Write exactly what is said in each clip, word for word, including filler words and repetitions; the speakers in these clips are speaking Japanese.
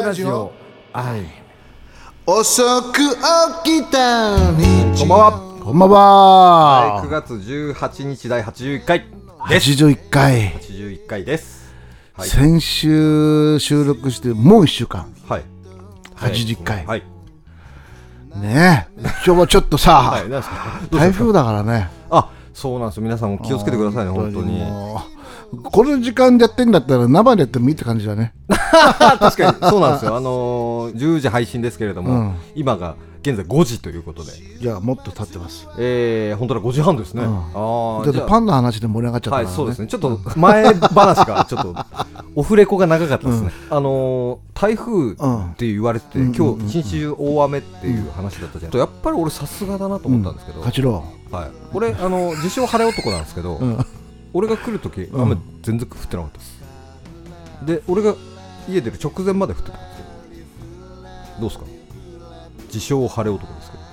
ラジオ愛。 遅く起きた日。 こんばんは。 こんばんは。 はい、くがつじゅうはちにちだいはちじゅういっかいです。 はちじゅういっかい。 はちじゅういっかいです。はい、 先週収録してもういっしゅうかん。 はい。 はちじゅういっかい。 はい。 ねえ、今日はちょっとさ、 はい、なんですか。 台風だからね。 あ、そうなんですよ。皆さんも気をつけてくださいね、本当に。 この時間でやってんだったら生でやってもいいって感じだね。 確かにそうなんですよ。あのー、じゅうじ配信ですけれども、うん、今が現在ごじということで。 じゃあもっと経ってます。 えー、本当だごじはんですね。うん、 ああ、だってパンの話で盛り上がっちゃったからね。 はい、そうですね。ちょっと前話がちょっとオフレコが長かったですね。うん、あのー、台風って言われて、うん、今日一日中大雨っていう話だったじゃん。うん、やっぱり俺さすがだなと思ったんですけど。 八郎。 はい。俺あの自称晴れ男なんですけど。うん俺が来るとき雨全然降ってなかったです、うん、で俺が家出る直前まで降ってたんですけどどうですか自称晴れ男ですけ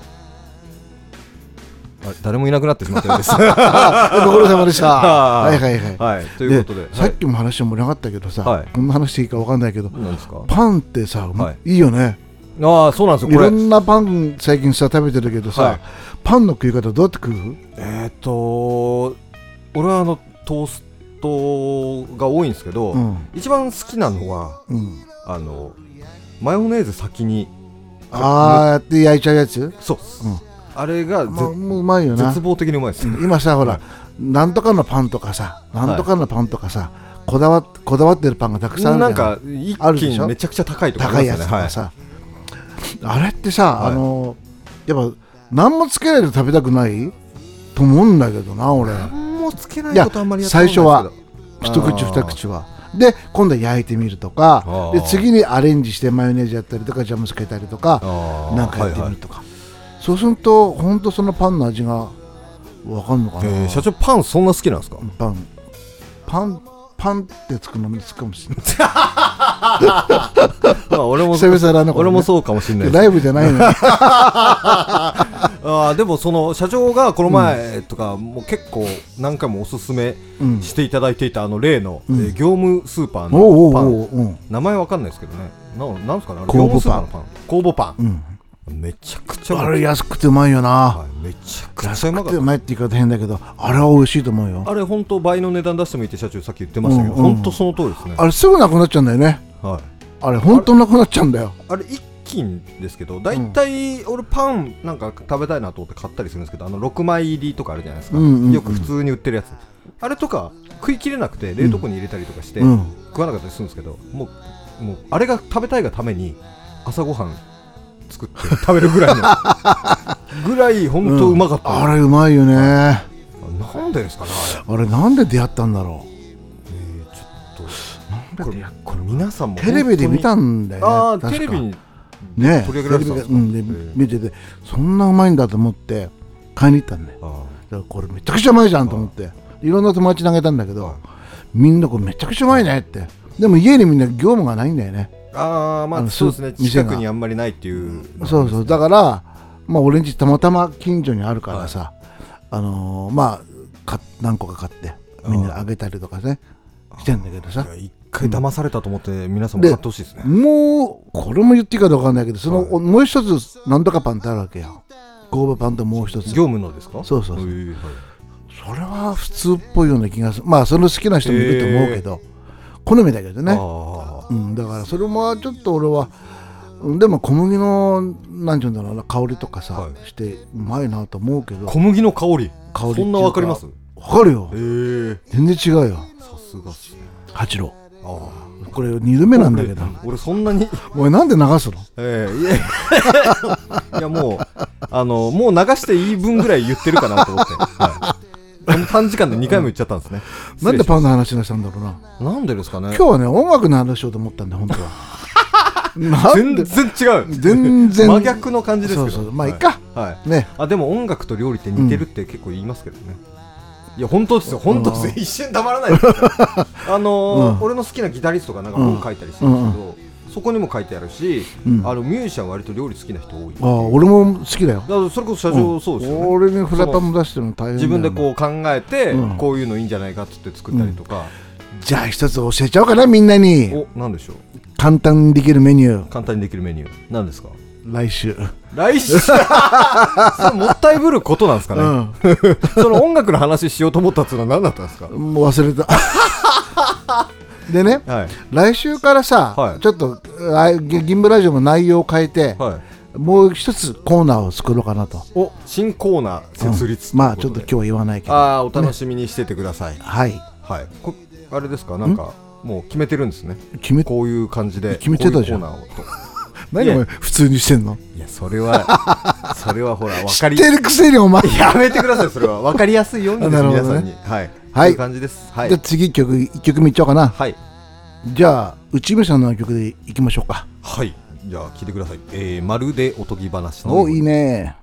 どあ誰もいなくなってしまったようですご苦労様でしたはいはいはい、 はい、ということで、はい、 さっきも話も盛り上がったけどさ、はい、こんな話していいか分かんないけど何ですかパンってさ、はい、いいよねああそうなんですよこれいろんなパン最近さ食べてるけどさ、はい、パンの食い方どうやって食うえーっと俺はあのトーストが多いんですけど、うん、一番好きなのは、うん、あのマヨネーズ先にああやって焼いちゃうやつそう、うん、あれが、 まあ、もううまいよな絶望的にうまいです、 うん、今さほら、はい、なんとかのパンとかさなんとかのパンとかさ、はい、こだわこだわってるパンがたくさんあるじゃんなんか一気にめちゃくちゃ高いとかありますよね高いやつとかさ、はい、あれってさ、はい、あのやっぱ何もつけないと食べたくないと思うんだけどな俺つけないことあんまりやった最初は一口二口はで今度は焼いてみるとかで次にアレンジしてマヨネーズやったりとかジャムつけたりとかなんかやってみるとか、はいはい、そうすると本当そのパンの味が分かんのかな、 えー、社長パンそんな好きなんですかパンパンパンってつくのも好きかもしれないまあ俺も久々だな、ね、 俺もそうかもしれないライブじゃないのにあでもその社長がこの前とか、うん、もう結構何回もおすすめしていただいていたあの例の、うんえー、業務スーパーのパンおうおうおう、うん、名前わかんないですけどね な, なんですかね酵母パン酵母パン、うん、めちゃくちゃあれ安くてうまいよな、 はい、めちゃくちゃうまかった安くてうまいって言い方変だけどあれは美味しいと思うよあれ本当倍の値段出してもいいって社長さっき言ってましたけど、うんうん、本当その通りですねあれすぐなくなっちゃうんだよね、はい、あれ本当なくなっちゃうんだよあれ一斤ですけどだいたい俺パンなんか食べたいなと思って買ったりするんですけどあのろくまい入りとかあるじゃないですか、うんうんうん、よく普通に売ってるやつあれとか食い切れなくて冷凍庫に入れたりとかして、うん、食わなかったりするんですけどもう、もうあれが食べたいがために朝ごはん作って食べるぐらいのぐらい本当うまかった、 うん、あれうまいよねなんでですかねあれあれなんで出会ったんだろう、 えー、ちょっとこれ、これ皆さんもテレビで見たんだよねあテレビにね取り上げられてたんですか、 うん、で見ててそんなうまいんだと思って買いに行ったんだよだからこれめちゃくちゃうまいじゃんと思っていろんな友達にあげたんだけどみんなこれめちゃくちゃうまいねってでも家にみんな業務がないんだよねああまあそうですね近くにあんまりないっていうそうそうだからまあ俺んちたまたま近所にあるからさ、はい、あのー、まあか何個か買ってみんなあげたりとかねしてんだけどさ一回騙されたと思って皆さんも買ってほしいですね、 うん、もうこれも言っていいかどうかわかんないけどその、はい、もう一つなんとかパンってあるわけよ酵母パンともう一つ業務のですかそうそうそう、えーはい、それは普通っぽいような気がするまあその好きな人もいると思うけど、えー、好みだけどねうん、だからそれもちょっと俺はでも小麦のなんていうんだろうな香りとかさ、はい、してうまいなと思うけど小麦の香り香りそんなわかりますわかるよ、 えー、 全然違うよさすがっすね八郎あこれにどめなんだけど俺, 俺そんなにお前なんで流すの、 えー、いやいやもうあのもう流していい分ぐらい言ってるかなと思って、はい、この短時間でにかいも言っちゃったんですね、 うん、なんでパンの話をしたんだろうななんでですかね今日はね音楽の話しようと思ったんだ本当は全然違う全然真逆の感じですけどそうそうまあいいか、 はいはいね、あでも音楽と料理って似てるって結構言いますけどね、うん、いや本当ですよ本当ですよ一瞬黙らないですよあのーうん、俺の好きなギタリストがなんか本書いたりしてるんですけど、うんうんそこにも書いてあるし、うん、あのミュージシャンは割と料理好きな人多い。 ああ俺も好きだよ。 だからそれこそ社長そうですよね、 うん、俺にフラパンも出してるの大変だよ、ね、 自分でこう考えて、うん、こういうのいいんじゃないかっつって作ったりとか、 じゃあ一つ教えちゃおうかなみんなに。 お、なんでしょう。 簡単にできるメニュー。 簡単にできるメニュー何ですか。 来週来週それもったいぶることなんですかね、うん、その音楽の話しようと思ったっていうのは何だったんですか。 もう忘れたでね、はい、来週からさ、はい、ちょっと銀ブラジオの内容を変えて、はい、もう一つコーナーを作ろうかなと。 お、新コーナー設立、 うん、まあちょっと今日は言わないけど、 あ、お楽しみにしててください、ね、 はい、 はい、こあれですか、なんかもう決めてるんですね。 決めこういう感じで決めてたじゃん。 こういうコーナーをと何お前普通にしてんの。 いや、それはそれはほら分かり知ってるくせにお前やめてください。それは分かりやすいようにです、ね、皆さんに、はい、はい、いう感じです、はい、 じゃあ次曲いっきょくめいっちゃおうかな。 はい、 じゃあ内海さんの曲でいきましょうか。 はい、じゃあ聴いてください。えー、まるでおとぎ話の。 お、いいね。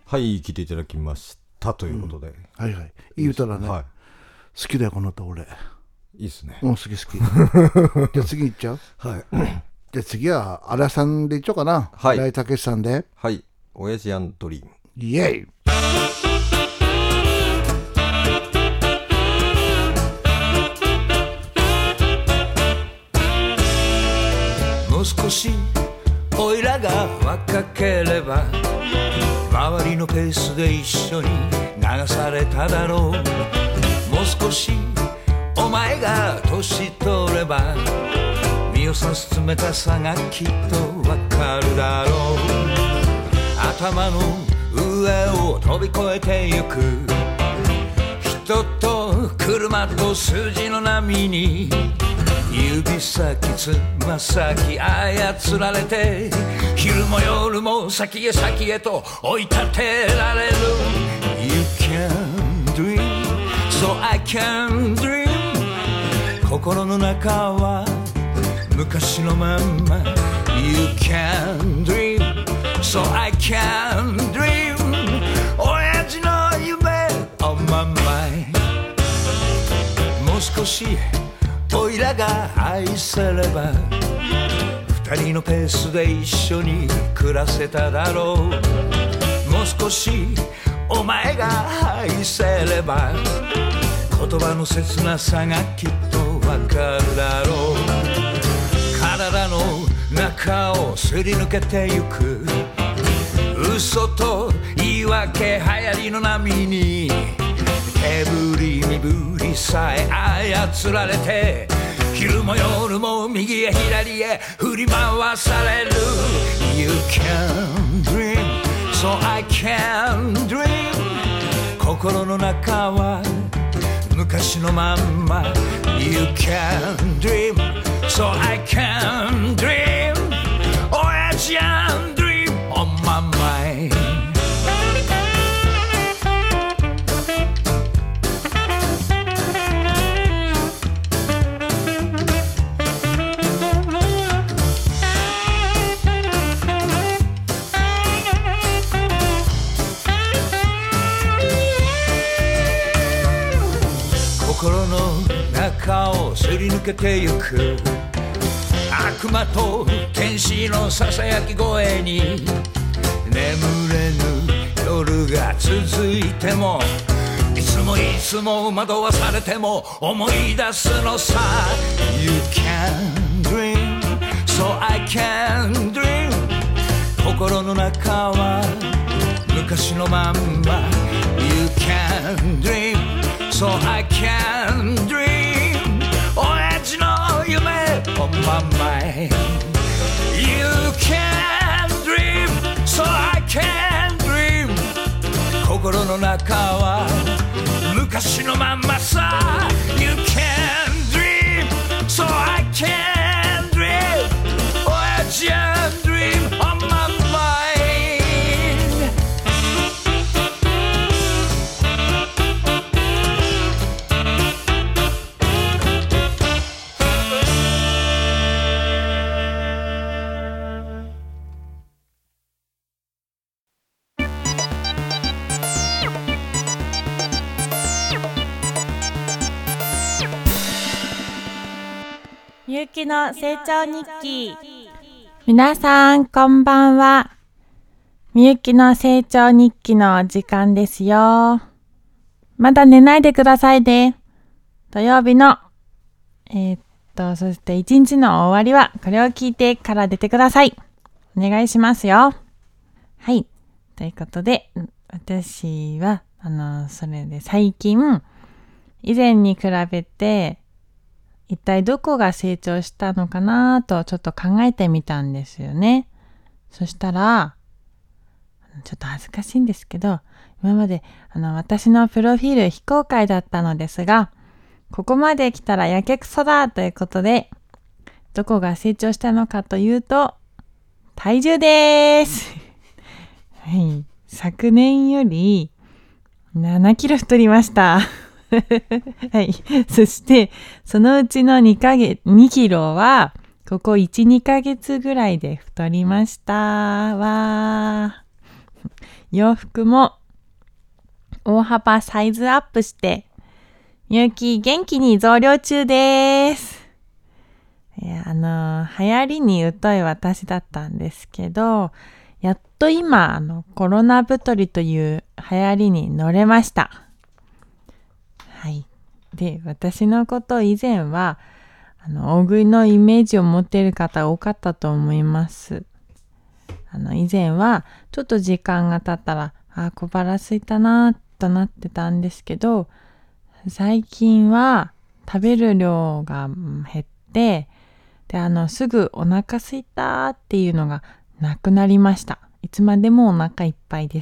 はい聞いていただきましたということで、 うん、はいはいいい歌だね、はい、好きだよこの歌俺いいっすねうん好き好きじゃあ次いっちゃうはいじゃあ次は荒さんでいっちゃおうかなはい荒井武さんではい親父アンドリームイエイもう少しおいらが若ければ周りのペースで一緒に流されただろう。もう少しお前が年取れば身をさす冷たさがきっとわかるだろう。頭の上を飛び越えてゆく人と車と数字の波に指先つま先操られて昼も夜も先へ先へと追い立てられる You can dream so I can dream 心の中は昔のまんま You can dream so I can dream 親父の夢 on my mind もう少しおいらが愛せれば二人のペースで一緒に暮らせただろう。もう少しお前が愛せれば言葉の切なさがきっとわかるだろう。体の中をすり抜けてゆく嘘と言い訳流行りの波に手振り身振りさえ操られて昼も夜も右へ左へ振り回される You can dream so I can dream 心の中は昔のまんま You can dream so I can dream親父 and dream on my mind心の中をすり抜けてゆく悪魔と天使のささやき声に眠れぬ夜が続いてもいつもいつも惑わされても思い出すのさ You can dream so I can dream 心の中は昔のまんま You can dream so I can dream 親父の夢 on my mind You can dream so I can dream 心の中は昔のまんまさ You can dream so I can dream 親父 and dream on my mind みゆきの成長日記。皆さんこんばんは。みゆきの成長日記の時間ですよ。まだ寝ないでくださいね。土曜日のえー、っとそして一日の終わりはこれを聞いてから出てください。お願いしますよ。はい。ということで私はあのそれで最近以前に比べて一体どこが成長したのかなとちょっと考えてみたんですよね。そしたらちょっと恥ずかしいんですけど今まであの私のプロフィール非公開だったのですがここまで来たらやけくそだということでどこが成長したのかというと体重です、はい、昨年よりななキロ太りましたはい。そして、そのうちのにかげつ、にキロは、ここいち、にかげつぐらいで太りました。わー。 洋服も大幅サイズアップして、みゆき元気に増量中です。いや、あの、流行りに疎い私だったんですけど、やっと今、あの、コロナ太りという流行りに乗れました。はい。で、私のこと以前は、あの、大食いのイメージを持っている方多かったと思います。あの、以前は、ちょっと時間が経ったら、あ、小腹空いたなとなってたんですけど、最近は食べる量が減って、で、あの、すぐお腹空いたっていうのがなくなりました。いつまでもお腹いっぱいです。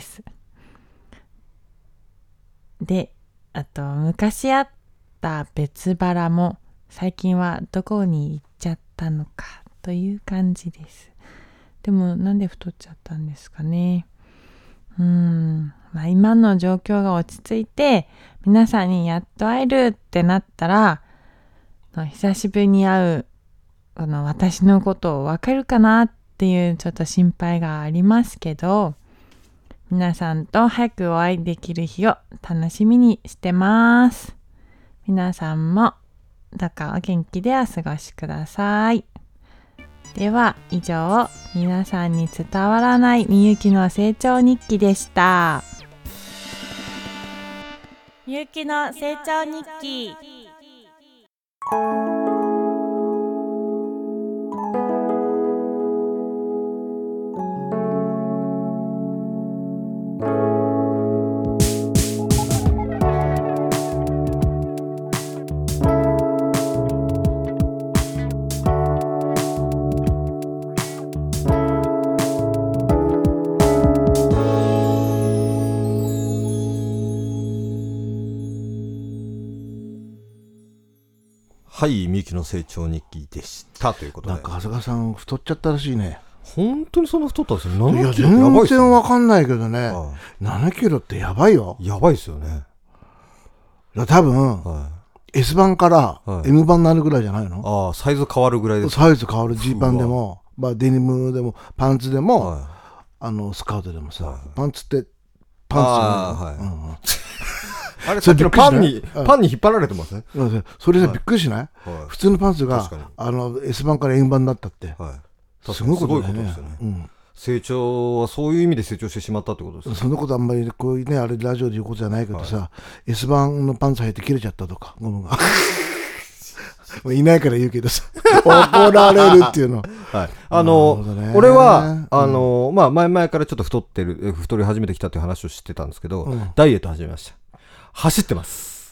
で、あと、昔あった別腹も最近はどこに行っちゃったのかという感じです。でも、なんで太っちゃったんですかね。うーん、まあ、今の状況が落ち着いて、皆さんにやっと会えるってなったら、久しぶりに会うこの私のことを分かるかなっていうちょっと心配がありますけど、皆さんと早くお会いできる日を楽しみにしてます。皆さんもどうかお元気でお過ごしください。では以上、皆さんに伝わらないみゆきの成長日記でした。みゆきの成長日記。 はい、みゆきの成長日記でしたということで。 なんか長谷川さん太っちゃったらしいね。 本当にそんな太ったんですよ。 いや全然わかんないけどね、ああななキロってやばいよ。 やばいですよね。 多分、はい、エス 版から エム 版になるぐらいじゃないの。 ああ、サイズ変わるぐらいです。 サイズ変わる。ジーパンでも、まあ、デニムでもパンツでも、はい、あのスカートでもさ、はい、パンツってパンツじゃないの。あ、はいうんうんあれさっきのパンにパンに引っ張られてますね。 それでびっくりしない？はい、普通のパンツがあの エス 版から エム 版になったって、はい、すごいことだよね。すごいことですよね。うん、 成長はそういう意味で成長してしまったってことですね。 そんなことあんまりこういうねあれラジオで言うことじゃないけどさ、はい、エス 版のパンツ履いて切れちゃったとかゴムがいないから言うけどさ怒られるっていうの。はい、あの、 ね、俺はあの、うん、まあ前々からちょっと太ってる太り始めてきたっていう話をしてたんですけど、うん、ダイエット始めました。走ってます。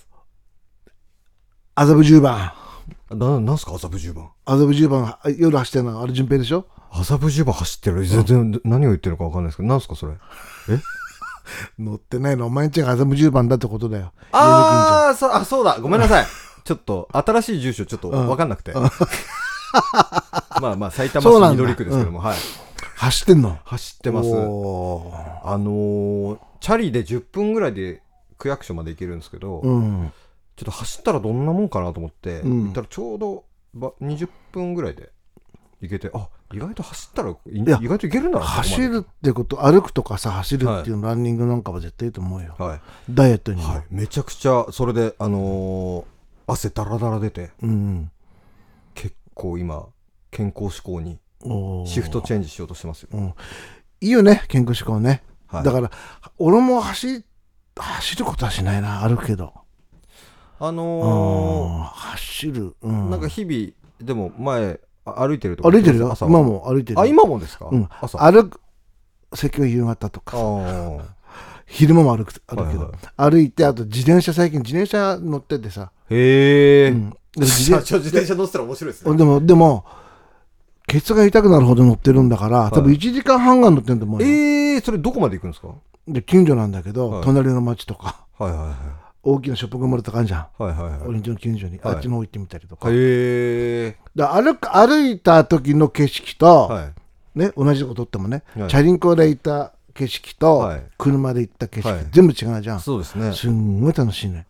麻布十番。 な、なんすか麻布十番。 麻布十番夜走ってるのあれ順平でしょ。 麻布十番走ってる。全然、うん、何を言ってるのか分かんないですけど、なんすかそれ。え乗ってないのお前んちが麻布十番だってことだよ。 あー、そ、あ、そうだ。ごめんなさい。ちょっと新しい住所ちょっと分かんなくて。うん、まあまあ埼玉市緑区ですけども、うん、はい。 走ってんの？ 走ってます。あのー、チャリでじゅっぷんぐらいで区役所まで行けるんですけど、うん、ちょっと走ったらどんなもんかなと思って、うん、行ったらちょうどにじゅっぷんぐらいで行けて、あ、意外と走ったら意外と行けるんだな。 走るってこと、歩くとかさ走るっていうの、はい、ランニングなんかは絶対いいと思うよ、はい、ダイエットにも、はい、 めちゃくちゃそれで、あのー、汗ダラダラ出て、うん、結構今健康志向にシフトチェンジしようとしてますよ、うん、 いいよね健康志向ね、はい、だから俺も走走ることはしないな、歩くけどあのー、 走る、うん、 なんか日々でも前歩いてるとか歩いてるよ。今も歩いてる。 あ、今もですか？ うん、朝歩く席は夕方とか昼間も歩く歩くけど、はいはい、歩いて、あと自転車、最近自転車乗っててさ、 へえ、うん、自転車乗ってたら面白いですね。 でもでもケツが痛くなるほど乗ってるんだから、はい、多分いちじかんはんが乗ってると思うよ。 えー、それどこまで行くんですか？ で近所なんだけど、はい、隣の町とか、 はいはいはい、 大きなショッピングモールとかあるじゃん、はいはいはい、俺んちの近所に、はい、あっちの方行ってみたりとか、へー、だ歩く歩いた時の景色と、はいね、同じとこ撮ってもね、はい、チャリンコで行った景色と、はい、車で行った景色、はい、全部違うじゃん。 そうですね。 すんごい楽しいね。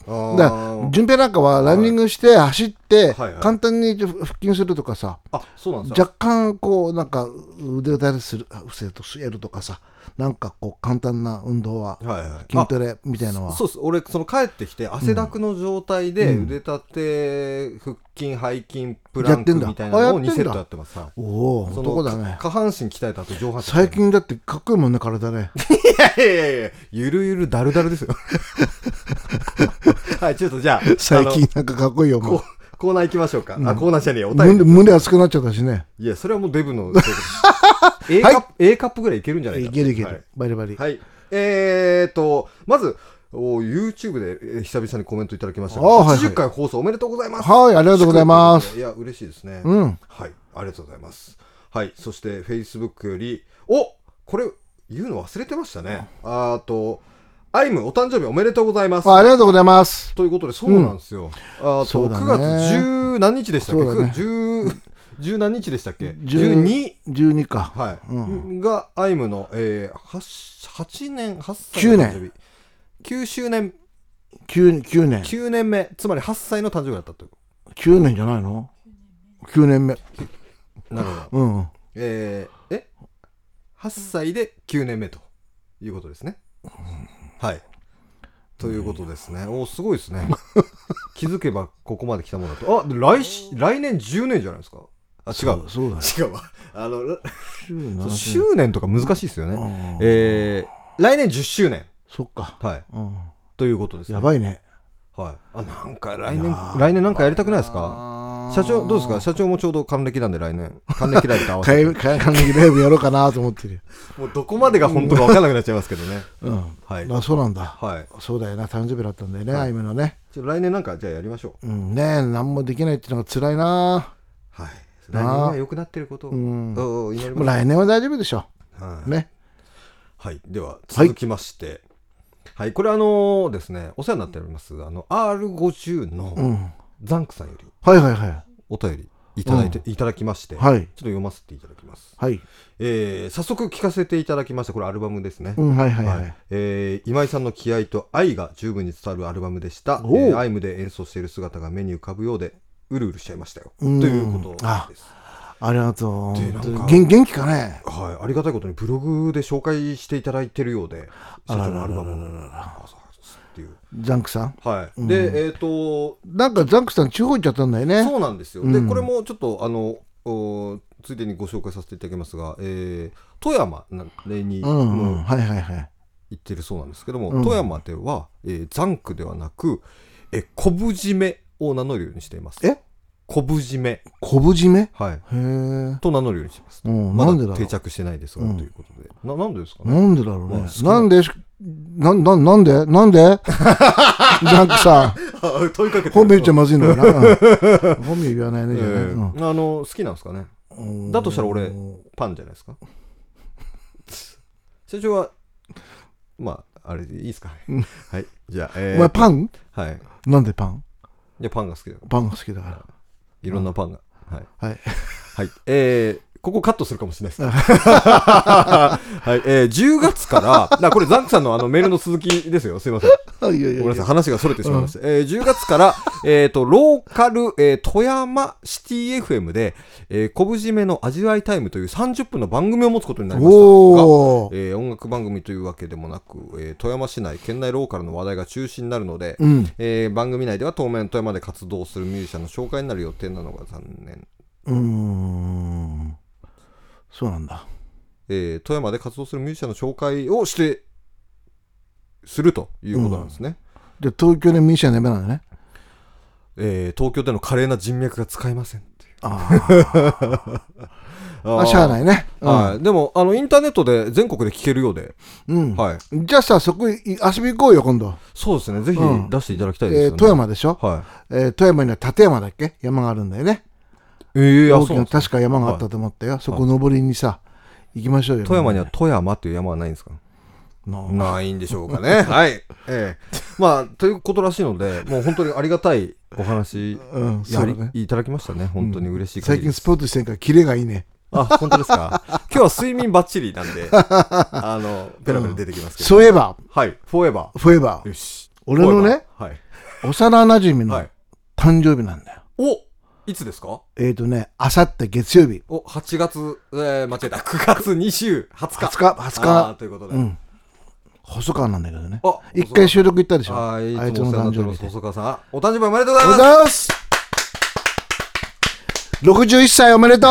だから順平なんかはランニングして走ってはいはい簡単に腹筋するとかさ、 あ、そうなんですよ。 若干こうなんか腕を垂れする伏せとやるとかさ、なんかこう簡単な運動ははいはい、 筋トレみたいなのは、 そうです。俺その帰ってきて汗だくの状態で腕立て、腹筋、背筋、プランクみたいなのをにセットやってます。 おおその男だね。 下半身鍛えた後上半身。 最近だってかっこいいもんね体ね。 いやいやいや、ゆるゆるだるだるですよ。はい、ちょっとじゃあ最近なんかかっこいいよもう。 コーナー行きましょうか。 うん、 あ、コーナーじゃねえよ、お便り。胸熱くなっちゃったしね。 いや、それはもうデブの。A カップ、A カップぐらいいけるんじゃないか。 いけるいける。 はい、 バリバリ。 はい。えーと、まず、お YouTube で、えー、久々にコメントいただきました。 はいはい、 はちじゅっかい放送おめでとうございます。 はい、ありがとうございます。 いや、嬉しいですね。 うん。 はい、ありがとうございます。はい、そして Facebook より、お、これ言うの忘れてましたね。あと、アイムお誕生日おめでとうございます。 ありがとうございます。 ということで、そうなんですよ。うん、あと、くがつ十何日でしたっけ？ そうだね。 十何日でしたっけ？ じゅうに。じゅうにか。 はい。 うん、 が、アイムの、えー、はちねん、はっさいきゅうねん。 きゅうしゅうねん。 きゅう, きゅうねん。 きゅうねんめ。つまりはっさいの誕生日だったという。 きゅうねんじゃないの？ きゅうねんめ。 なるほど。 うん。 えー、えはっさいできゅうねんめということですね。はい。ということですね。お、すごいですね。気づけばここまで来たものだと。あ、来し来年じゅうねんじゃないですか。あ、違う。 そうだね。 違うわ。あの、しゅうねんとか難しいですよね。えー、来年じゅっしゅうねん。 そっか。 はい。 うん、 ということですね。 やばいね。 はい。あ、なんか来年、来年なんかやりたくないですか？社長、どうですか？社長もちょうど還暦なんで来年。還暦ライブと合わせて。 還暦ライブやろうかなと思ってる。 もうどこまでが本当か分からなくなっちゃいますけどね。 うん。 はい。 あ、そうなんだ。 はい。 そうだよな、誕生日だったんだよね、アイムのね。 ちょ来年なんかじゃあやりましょう。 うんね、何もできないっていうのが辛いな。 はい。来年は良くなってることを祈ります。 もう来年は大丈夫でしょ。 はい。 ね。 はい。では続きまして。はい。これあのですね、お世話になっております、あの、アールごじゅう のザンクさんより。 はいはいはい。 お便りいただいて、うん、いただきまして、 はい、 ちょっと読ませていただきます。 はい。 えー、早速聞かせていただきました。これアルバムですね。 うん、はいはいはい。はい、 えー、今井さんの気合と愛が十分に伝わるアルバムでした。えー、アイムで演奏している姿が目に浮かぶようでうるうるしちゃいましたよ。ということです。 あ、ありがとう。 でなんか元元気かね。 はい、ありがたいことにブログで紹介していただいているようで、社長のアルバムを。 ザンクさん、 はい、で、えっ、ー、となんかザンクさん地方行っちゃったんだよね。 そうなんですよ。で、これもちょっとあのついでにご紹介させていただきますが、えー、富山に行ってるそうなんですけども、うん、富山では、えー、ザンクではなく、えー、昆布締めを名乗るようにしています。 え昆布締め昆布締め、 はい、 へーと名乗るようにしてます。 うん、 まだなんでだろう、 定着してないですが、うん、ということで な, なんでですかね。 なんでだろうね、まあ、なんでなななんでなんでザンクさん問いかけて本名言っちゃまずいのかな、うん、本名言わないね、じゃない、 えーうん、あの好きなんですかね。だとしたら俺パンじゃないですか。社長はまああれでいいですかね。はい、じゃあ、えー、 お前パン、 はい、 なんでパン、 いやパンが好きだから。 パンが好きだから、 いろんなパンが、うん、はいはい、はい、 えーここカットするかもしれないです。はい、えー、じゅうがつから、なこれザンクさんのあのメールの続きですよ。すいません。ごめんなさい、話がそれてしまいました。うん、えー、じゅうがつから、えっと、ローカル、えー、富山シティ エフエム で、えー、昆布締めの味わいタイムというさんじゅっぷんの番組を持つことになりましたが、えー、音楽番組というわけでもなく、えー、富山市内、県内ローカルの話題が中心になるので、うん、えー、番組内では当面富山で活動するミュージシャンの紹介になる予定なのが残念。 うーん、そうなんだ。 えー、富山で活動するミュージシャンの紹介をしてするということなんですね。 うん、で東京でミュージシャンダメなんだね。 えー、東京での華麗な人脈が使えませんっていう。 ああ、しゃあないね。 うん、はい。でもあのインターネットで全国で聴けるようで、 うん、 はい。 じゃあさ、そこ遊び行こうよ今度。 そうですね。ぜひ出していただきたいですよね。 うん、えー、富山でしょ。 はい。 えー、富山には立山だっけ、山があるんだよね。 えー、 大きな確か山があったと思ったよ。はい、そこ登りにさ行きましょうよ。 富山には富山っていう山はないんですか？ないんでしょうかね。はい、えー、まあということらしいので、もう本当にありがたいお話、うん、やり、ね、いただきましたね。本当に嬉しい限りです。 最近スポーツしてんからキレがいいね。 あ、本当ですか。今日は睡眠バッチリなんであのペラペラ出てきますけど、 そういえば、 はい、フォーエバーフォーエバー、 よし、 俺のね、 はい幼なじみの誕生日なんだよ。 お、いつですか？ えっとね、あさって月曜日。 お、はちがつ、えー、間違えた、くがつにじゅう、はつか。 はつか、はつか。 ということで。 うん。細川なんだけどね。 あ、 一回収録行ったでしょ。 はい、 あいつの誕生日で。 細川さん、お誕生日おめでとうございます。 おめでとうございます。ろくじゅういっさいおめでとう。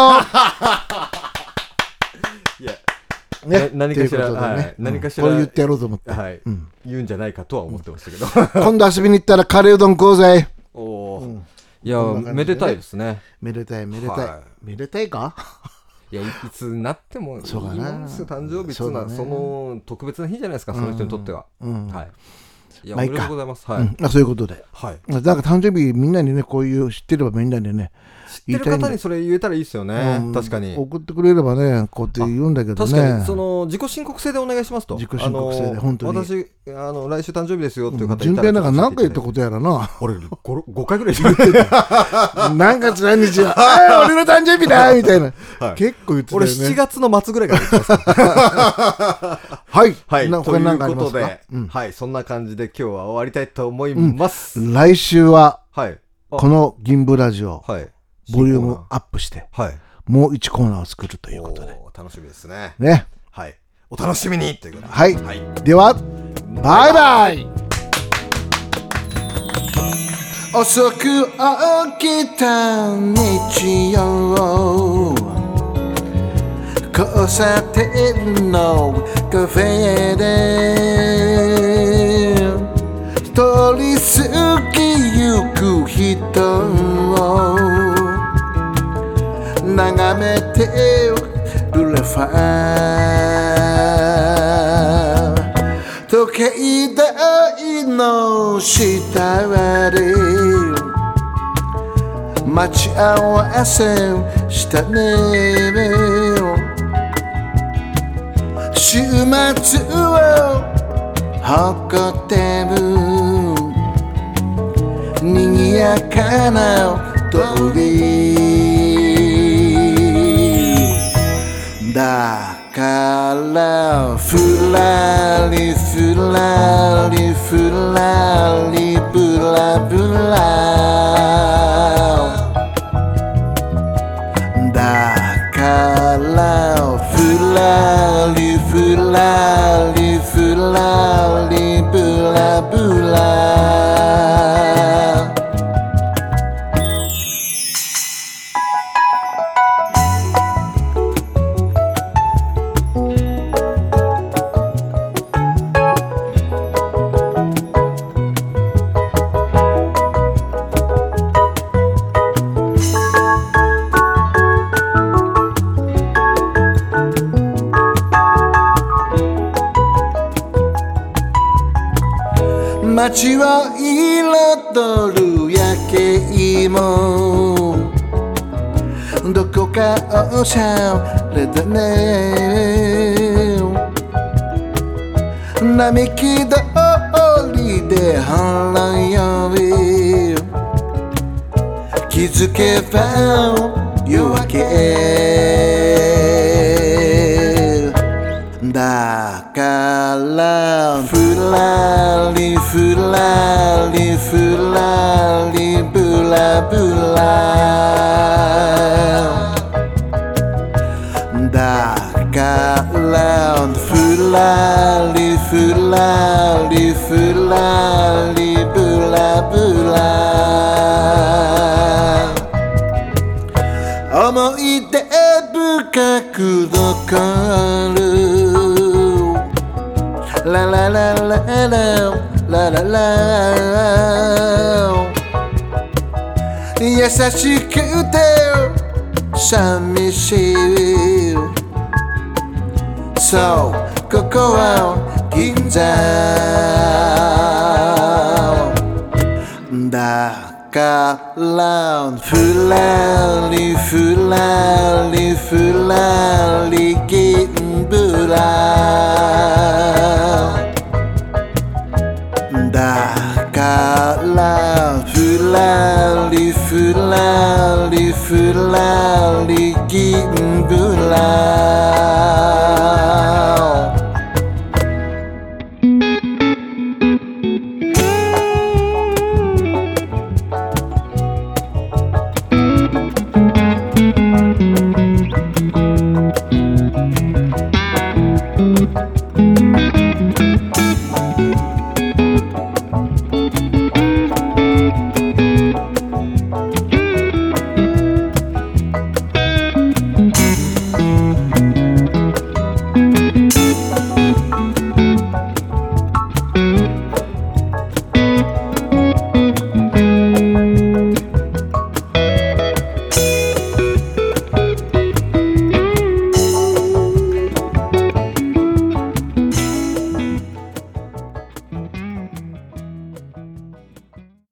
いや、 ね、 何かしら、 ということでね、 はい、何かしら、 これ言ってやろうと思って、 はい、うん、言うんじゃないかとは思ってましたけど今度遊びに行ったらカレーうどん食おうぜ。 おお、うん、いや、ね、めでたいですね。 めでたいめでたい、はい、めでたいかいや、いつになってもいいんですよ。誕生日っていうのは そ,、ね、その特別な日じゃないですか、その人にとっては、うんうん、はい、いや、おめでとうございます。はい、うん、 あ、そういうことで、はい、だから誕生日みんなにね、こういう知ってればみんなにね、 知ってる方にそれ言えたらいいですよね、うん、確かに送ってくれればね、こうやって言うんだけどね。 確かに、その自己申告制でお願いしますと。 自己申告制で、本当に私、あの来週誕生日ですよっていう方いたら、 順平なんか何回言ったことやらな。 俺 5, ごかいぐらい言ってた何月何日はあ俺の誕生日だみたいな、はい、結構言ってたよね。 俺しちがつの末ぐらいから言ってますはい、はい、 なということで、うん、はい、そんな感じで今日は終わりたいと思います、 うん、来週は、はい、この銀ブラジオ、はい、ボリュームアップして、はい、もういちコーナーを作るということで、 楽しみですね。 ね、 はい、お楽しみにということで、 はい、はい、ではバイバイ。遅く起きた日曜、交差点のカフェで通り過ぎゆく人を眺めてるレファー、時計台の下で待ち合わせしたね。週末を誇ってる賑やかな通りだからふらりふらりふらりブラブラだからふらりふらりふらりブラブラ街を彩る夜景もどこかおしゃれだね。並木通りで花より気づけば夜明けだからふらりふらりふらりブラブラだからふらりふらりふらりブラブラ思い出深く残るララララララララ優しくて寂しいそうここは銀座だからふらりふらりふらり銀ブラだからふらりふらりふらり銀ブラ